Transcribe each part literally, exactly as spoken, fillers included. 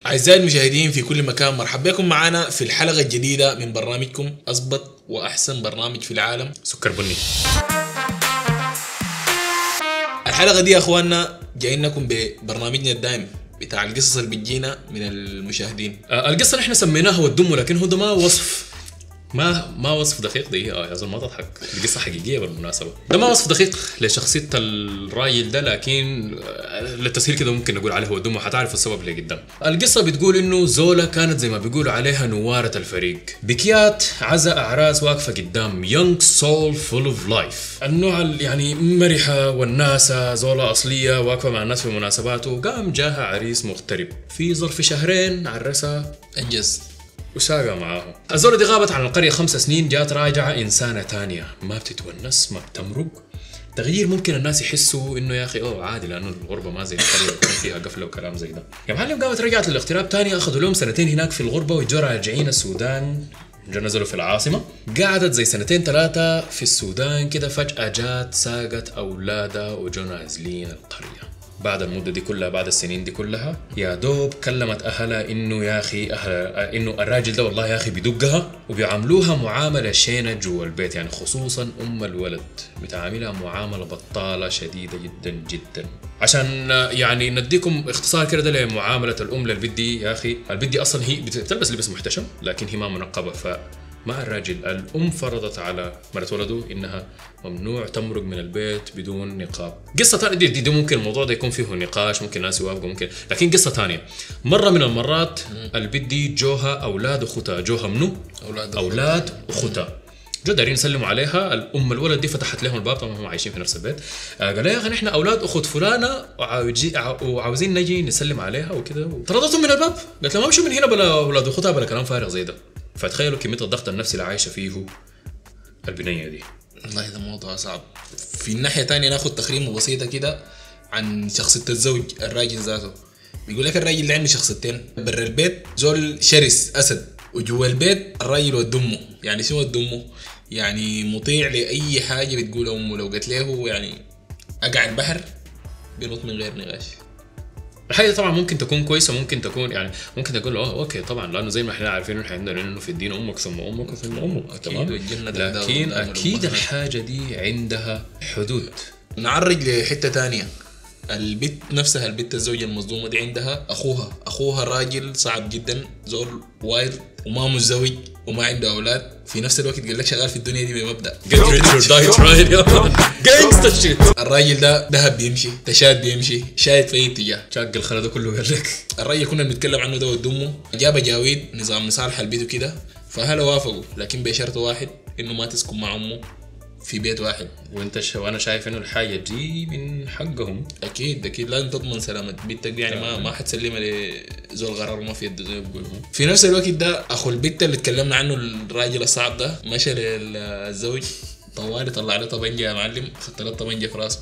أعزائي المشاهدين في كل مكان، مرحبا بكم معنا في الحلقة الجديدة من برنامجكم أضبط وأحسن برنامج في العالم، سكر بني. الحلقة دي يا أخواننا جايين لكم ببرنامجنا الدائم بتاع القصص اللي بتجينا من المشاهدين. آه القصة اللي احنا سميناها والدم، لكن هو ده ما وصف ما ما وصف دقيق. دي اه يا زلمه ما تضحك، دي قصه حقيقيه بالمناسبه. ده ما وصف دقيق لشخصيه الراجل ده، لكن للتسهيل كده ممكن نقول عليه هو دمه، حتعرف السبب اللي قدام. القصه بتقول انه زولا كانت زي ما بيقولوا عليها نواره الفريق، بكيات عزاء اعراس واقفه قدام يونج سول فول اوف لايف، النوع يعني مرحه والناسه، زولا اصليه واقفه مع الناس في مناسباته، وقام جاها عريس مغترب في ظرف شهرين عرسها أنجز وساقها معاهم. الزولة دي غابت عن القرية خمس سنين، جات راجعة إنسانة تانية، ما بتتونس ما بتمرق. تغيير ممكن الناس يحسوا إنه يا أخي أوه عادي، لأنه الغربة ما زي القرية يكون فيها قفلة وكلام زي ده. يا معلم قامت رجعت للاغتراب تاني، أخذوا لهم سنتين هناك في الغربة ويجوا راجعين السودان، جو نزلوا في العاصمة. قعدت زي سنتين ثلاثة في السودان كده، فجأة جات ساقت أولادها وجو نازلين القرية. بعد المدة دي كلها، بعد السنين دي كلها، يا دوب كلمت أهلها إنه يا أخي أهلها إنه الراجل ده والله يا أخي بيدقها وبيعاملوها معاملة شينة جوا البيت، يعني خصوصا أم الولد بتعاملها معاملة بطالة شديدة جدا جدا. عشان يعني نديكم اختصار كده لمعاملة الأم للبدي، يا أخي البدي أصلا هي بتلبس لبس محتشم لكن هي ما منقبة، ف مع الراجل الأم فرضت على مرت ولده إنها ممنوع تمرق من البيت بدون نقاب. قصة ثانية دي, دي, دي ممكن الموضوع ده يكون فيه نقاش، ممكن ناس يوافقوا ممكن، لكن قصة ثانية مرة من المرات البدي جوها أولاد أختها، جوها منو؟ أولاد, أولاد أختها جو دارين يسلموا عليها. الأم الولد دي فتحت لهم الباب، طبعا هم عايشين في نفس البيت، آه قال لها نحن أولاد أخت فلانة وعاوزين نجي نسلم عليها وكده. طردتهم من الباب، قالت لهم امشوا من هنا بلا أولاد أختها بلا كلام فارغ زي ده. فتخيلوا كمية الضغط النفسي اللي عايشة فيه البنية دي. والله ده موضوع صعب. في الناحية تانية ناخد تقريمة بسيطة كده عن شخصية الزوج الراجل ذاته. بيقول لك الراجل اللي عنده شخصيتين، برا البيت زول شرس أسد، وجوا البيت الراجل ودمه. يعني شو ودمه؟ يعني مطيع لأي حاجة بتقول أمه، لو قلت له يعني أقع البحر بينط من غير نقاش. الحاجة طبعا ممكن تكون كويسة، ممكن تكون يعني ممكن تقول له اه اوكي طبعا، لانه زي ما احنا عارفين احنا عندنا انه في الدين امك ثم امك ثم امك، تمام. لكن اكيد الحاجة دي عندها حدود. نعرج لحتة تانية، البنت نفسها، البنت الزوجة المظلومة دي عندها اخوها، اخوها راجل صعب جدا، زول وايد وما متزوج وما عنده اولاد، في نفس الوقت قال لك شغال في الدنيا دي بمبدا get rich or die trying gangsta shit. الراجل ده ذهب بيمشي، تشاد بيمشي، شايد في اي اتجاه، شاق الخلا ده كله قال لك. الراجل كنا بنتكلم عنه ده ودمه، جاب جاويد نظام مصالح البيت وكده، فهلا وافقوا لكن بشرط واحد، انه ما تسكن مع امه في بيت واحد. وانت ش... وانا شايف انه الحاجه دي من حقهم. اكيد اكيد لازم تضمن سلامه بنتك دي، يعني ما ما حتسلمها لزول غرر ما في يد زي ما بيقولوا. في نفس الوقت ده اخو البنت اللي اتكلمنا عنه الراجل الصعب ده مشى للزوج طوالي، طلع له طبنجه يا معلم، خدت له طبنجه في راسه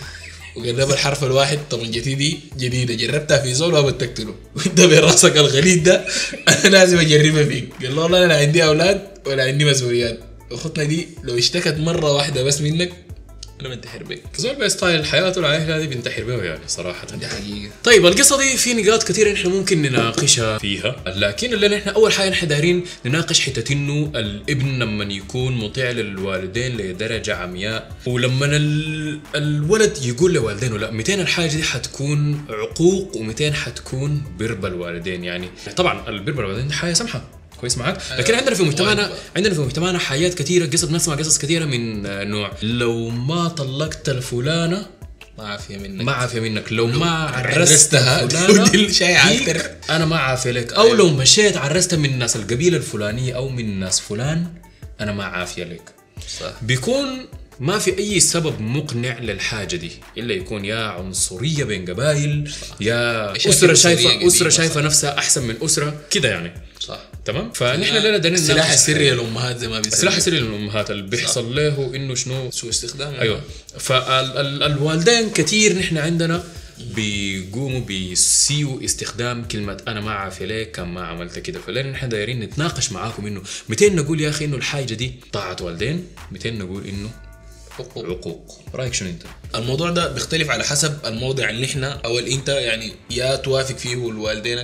وقرب الحرف الواحد، طبنجتي دي جديده جربتها في زول وما بتقتله، وانت براسك الغليظ ده انا لازم اجربها فيك. قال له والله انا عندي اولاد ولا عندي مسؤوليات، اختنا دي لو اشتكت مره واحده بس منك انا بنتحر بيك. زول بستايل حياته العائله هذه بنتحر بيه يعني صراحه، دي حقيقه. طيب القصه دي في نقاط كثيره نحن ممكن نناقشها فيها، لكن اللي نحن اول حاجه نحن دايرين نناقش حته انه الابن لما يكون مطيع للوالدين لدرجه عمياء، ولما ال... الولد يقول لوالدينه لا، مئتين الحاجه دي حتكون عقوق ومئتين حتكون بر بالوالدين. يعني طبعا البر بالوالدين حاجه سمحه كويس معك، لكن عندنا في مجتمعنا عندنا في مجتمعنا حياة كثيرة، قصص بنسمع قصص كثيرة من نوع لو ما طلقت الفلانة ما عافية منك، ما عافية منك، لو ما عرستها فلانة أنا ما عافية لك، أو لو مشيت عرستها من الناس القبيلة الفلانية أو من ناس فلان أنا ما عافية لك. صح. بيكون ما في أي سبب مقنع للحاجة دي إلا يكون يا عنصرية بين قبائل، يا أسرة شايفة أسرة شايفة نفسها أحسن من أسرة كده يعني. صح تمام. فنحن لنا دارين السلاح السري للامهات زي ما بيسموه، السلاح السري للامهات اللي بيحصل له انه شنو سوء استخدام. ايوه. فالوالدين كثير نحن عندنا بيقوموا بيسيوا استخدام كلمه انا ما عافيه ليك كان ما عملت كده. فلان نحن دايرين نتناقش معاكم انه مئتين نقول يا اخي انه الحاجه دي طاعه والدين، مئتين نقول انه حقوق. عقوق. رايك شنو انت؟ الموضوع ده بيختلف على حسب الموضع اللي احنا او اللي انت يعني يا توافق فيه والوالدينك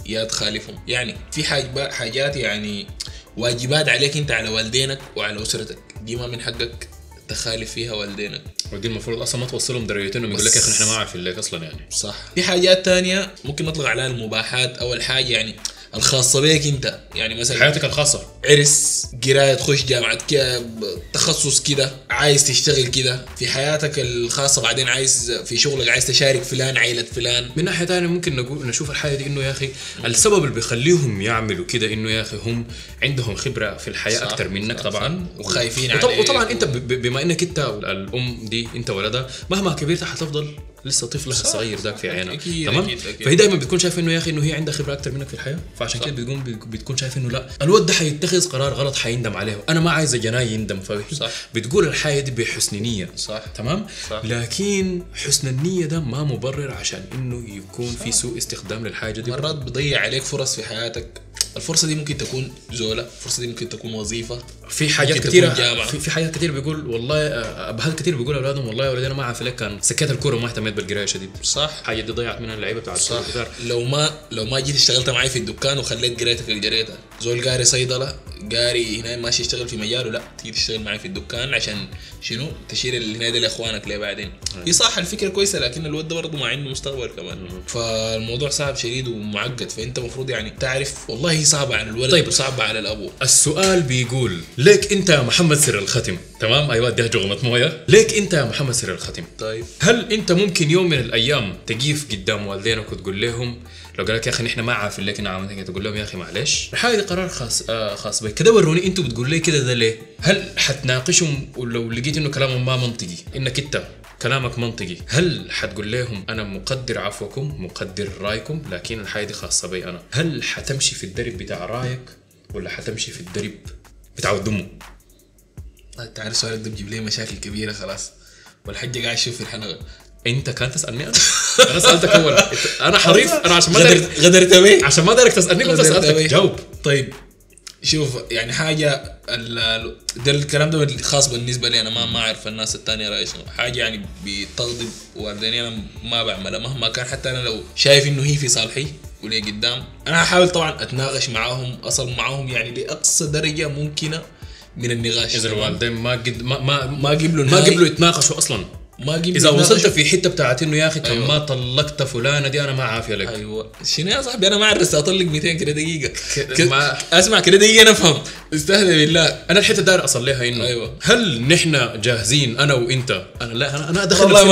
يا تخالفهم. يعني في حاجة حاجات يعني واجبات عليك انت على والدينك وعلى اسرتك، دي ما من حقك تخالف فيها والدينك، ودي المفروض اصلا ما توصلهم درجتين ويقول لك يا اخي احنا ما عارفين لك اصلا يعني. صح. في حاجات تانية ممكن نطلق عليها المباحات. اول حاجه يعني الخاصه بيك انت، يعني مثلا حياتك الخاصه، عرس، قرايه، تخش جامعه كده، تخصص كده، عايز تشتغل كده في حياتك الخاصه، بعدين عايز في شغلك عايز تشارك فلان، عائله فلان. من ناحيه ثانيه ممكن نقول نشوف الحاجه دي انه يا اخي السبب اللي بيخليهم يعملوا كده انه يا اخي هم عندهم خبره في الحياه اكثر منك طبعا، وخايفين وطب عليك. وطبعا انت بما انك انت الام دي انت ولدها مهما كبرت حتفضل لسه طفلها الصغير ذاك في عينها، تمام. فهي دايما بتكون شايفه انه يا اخي انه هي عندها خبره اكثر منك في الحياه، فعشان كده بتكون بتكون شايفه انه لا الولد ده حيتخذ قرار غلط حيندم عليه، انا ما عايزه جناي يندم. فهي بتقول الحياه دي بحسن نيه، صح تمام. صح. لكن حسن النيه ده ما مبرر عشان انه يكون في سوء استخدام للحاجه دي. مرات بيضيع عليك فرص في حياتك، الفرصه دي ممكن تكون زوله، الفرصه دي ممكن تكون وظيفه، في حاجات كثيره في, في حاجات كثير بيقول والله ابهات كثير بيقول اولادهم والله يا ولدي انا ما عارف لك كان سكيت الكوره وما اهتميت بالقرايه شديد. صح. حاجه دي ضيعت منها اللعيبه بتاعت صح. لو ما لو ما جيت اشتغلت معي في الدكان وخليت قرايتك اللي قريتها، زول قاري صيدله قاري هنا ماشي يشتغل في مجاله، لا تيجي تشتغل معي في الدكان عشان شنو تشير اللي هنا ده لاخوانك ليه بعدين. هي صح الفكره كويسه، لكن الولد برضه ما عنده مستقبل كمان. مم. فالموضوع صعب شديد ومعقد، فانت المفروض يعني تعرف والله هي صعبه على الولد. طيب وصعبه على الابو. السؤال بيقول ليك انت يا محمد سر الختم، تمام. ايوه دي جغمه مويه. ليك انت يا محمد سر الختم، طيب هل انت ممكن يوم من الايام تقيف قدام والدينك وتقول لهم لو قال لك يا اخي نحن ما عارفين لك انا عملت تقول لهم يا اخي معلش الحاجه دي قرار خاص آه خاص بك كده، وروني انتوا بتقول لي كده ده ليه؟ هل حتناقشهم ولو لقيت انه كلامهم ما منطقي، انك انت كلامك منطقي، هل حتقول لهم انا مقدر عفوكم مقدر رايكم لكن الحاجه دي خاصه بي انا؟ هل حتمشي في الدرب بتاع رايك ولا حتمشي في الدرب بتاع دمه؟ انت عارف سؤالك ده بيجيب لي مشاكل كبيره خلاص، والحاجه قاعد اشوف في الحلقه. انت كان تسالني انا انا سالتك اول، انا حريف انا عشان ما غدرت غدرت بي عشان ما دارك تسالني كنت سالتك جاوب. طيب شوف يعني حاجه ده الكلام ده خاص بالنسبه لي انا، ما ما اعرف الناس الثانيه رايهم. حاجه يعني بتغضب والديني انا ما بعملها مهما كان، حتى انا لو شايف انه هي في صالحي ولي قدام انا هحاول طبعا اتناقش معاهم، اصل معاهم يعني لاقصى درجه ممكنه من النقاش. اذا الوالدين ما قد ما ما ما قبلوا ما قبلوا يتناقشوا اصلا، ما اذا وصلت في حته بتاعت انه يا اخي كم أيوة. ما طلقت فلانه دي انا ما عافيه لك. ايوه شنو يا صاحبي انا ما عرفت اطلق مئتين كده دقيقه ك... ما... اسمع كده دقيقه نفهم استهدى بالله. انا الحته داير اصليها انه أيوة. هل نحن جاهزين انا وانت؟ انا لا انا انا ادخل والله ما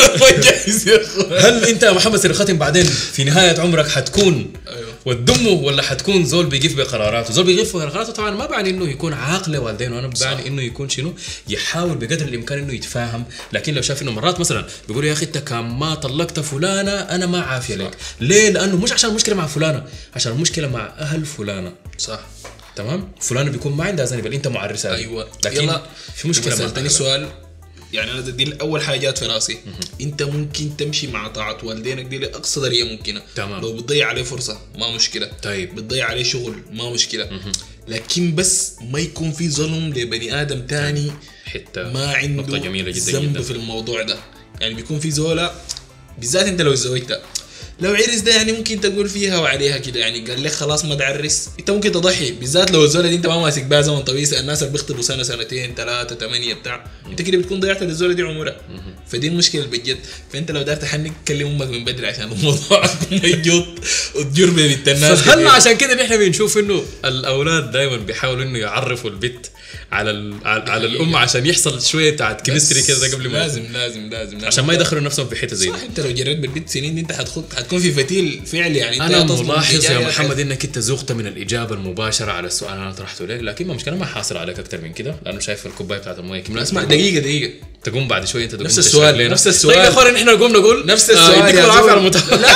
جاهز يا اخوان. هل انت يا محمد سر الختم بعدين في نهايه عمرك حتكون أيوة. وتدمه ولا حتكون زول بيقف بقراراته؟ زول بيقف بقراراته طبعا ما بعني انه يكون عاقل والدين، وانا بعني انه يكون شنو يحاول بقدر الامكان انه يتفاهم، لكن لو شاف انه مرات مثلا بيقول يا اخي انت كان ما طلقت فلانه انا ما عافيه لك، ليه؟ لانه مش عشان المشكله مع فلانه، عشان المشكله مع اهل فلانه. صح تمام. فلانه بيكون ما عندها ذنب انت معرسها. ايوه لكن يلا في مشكله. سالتني سؤال يعني انا دي اول حاجه جات في راسي. انت ممكن تمشي مع طاعه والدينك دي لاقصى درجه ممكنه. تمام. لو بتضيع عليه فرصه ما مشكله. طيب بتضيع عليه شغل ما مشكله. مه. لكن بس ما يكون في ظلم لبني ادم تاني حتى ما عنده جميله جدا ذنب في الموضوع ده. يعني بيكون في زوله بالذات انت لو تزوجت لو عرس ده يعني ممكن تقول فيها وعليها كده، يعني قال لك خلاص ما تعرس انت ممكن تضحي، بالذات لو الزوله دي انت ما ماسك بها زمن طويل. الناس اللي بيخطبوا سنه سنتين ثلاثه ثمانيه بتاع انت كده بتكون ضيعت للزوله دي عمرها. فدي المشكله بجد. فانت لو دار تحنك كلم امك من بدري عشان الموضوع ما يجوط وتجر ببنت الناس. فهل عشان كده نحن بنشوف انه الاولاد دائما بيحاولوا انه يعرفوا البت على ال على, على الام عشان يحصل شويه بتاعت كيمستري كده قبل ما لازم لازم لازم عشان ما يدخلوا نفسهم في حته زي دي. صح. انت لو جريت بالبنت سنين دي انت حتخط حتكون في فتيل فعلي. يعني انا ملاحظ يا محمد انك انت ذقت من الاجابه المباشره على السؤال انا طرحته لك، لكن ما مشكله ما حاصل عليك اكثر من كده لانه شايف الكوبايه بتاعت المويه كم. اسمع دقيقه دقيقه تقوم بعد شويه انت نفس السؤال نفس السؤال. طيب يا اخوان احنا نقوم نقول نفس السؤال. يديكم العافيه على المتابعه. لا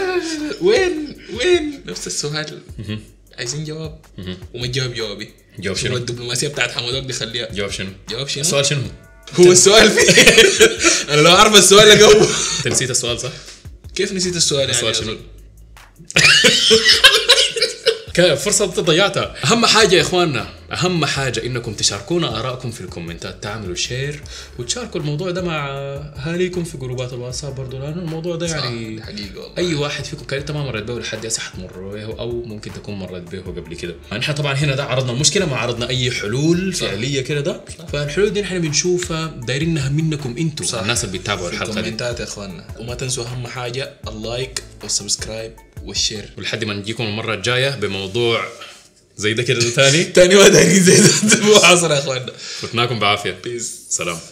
لا وين وين نفس السؤال. عايزين جواب وما تجاوب جوابي. جواب شنو؟ الدبلوماسيه بتاعت حمودوك دي خليها. جواب شنو؟ جواب شنو؟ السؤال شنو؟ هو السؤال فيه انا لو اعرف السؤال اجاوبه. انت نسيت السؤال صح؟ كيف نسيت السؤال يعني؟ السؤال شنو؟ فرصة ضيعتها. أهم حاجة يا إخواننا، أهم حاجة إنكم تشاركونا آراءكم في الكومنتات، تعملوا شير وتشاركوا الموضوع ده مع أهاليكم في جروبات الواتساب برضو، لأنه الموضوع ده يعني حقيقة والله. أي واحد فيكم كان ما مرت به لحد هسه حتمر به أو ممكن تكون مرت به قبل كده. نحن طبعا هنا ده عرضنا المشكلة، ما عرضنا أي حلول فعلية كده ده، فالحلول دي نحن بنشوفها دايرينها منكم أنتم الناس اللي بيتابعوا الحلقة دي. الكومنتات يا إخواننا، وما تنسوا أهم حاجة اللايك والسبسكرايب والشير، ولحد ما نجيكم المرة الجاية بموضوع زي ده كده ثاني تاني ما دارين زي ده. مو حاصل يا إخواننا. فتناكم بعافية. بيس. سلام.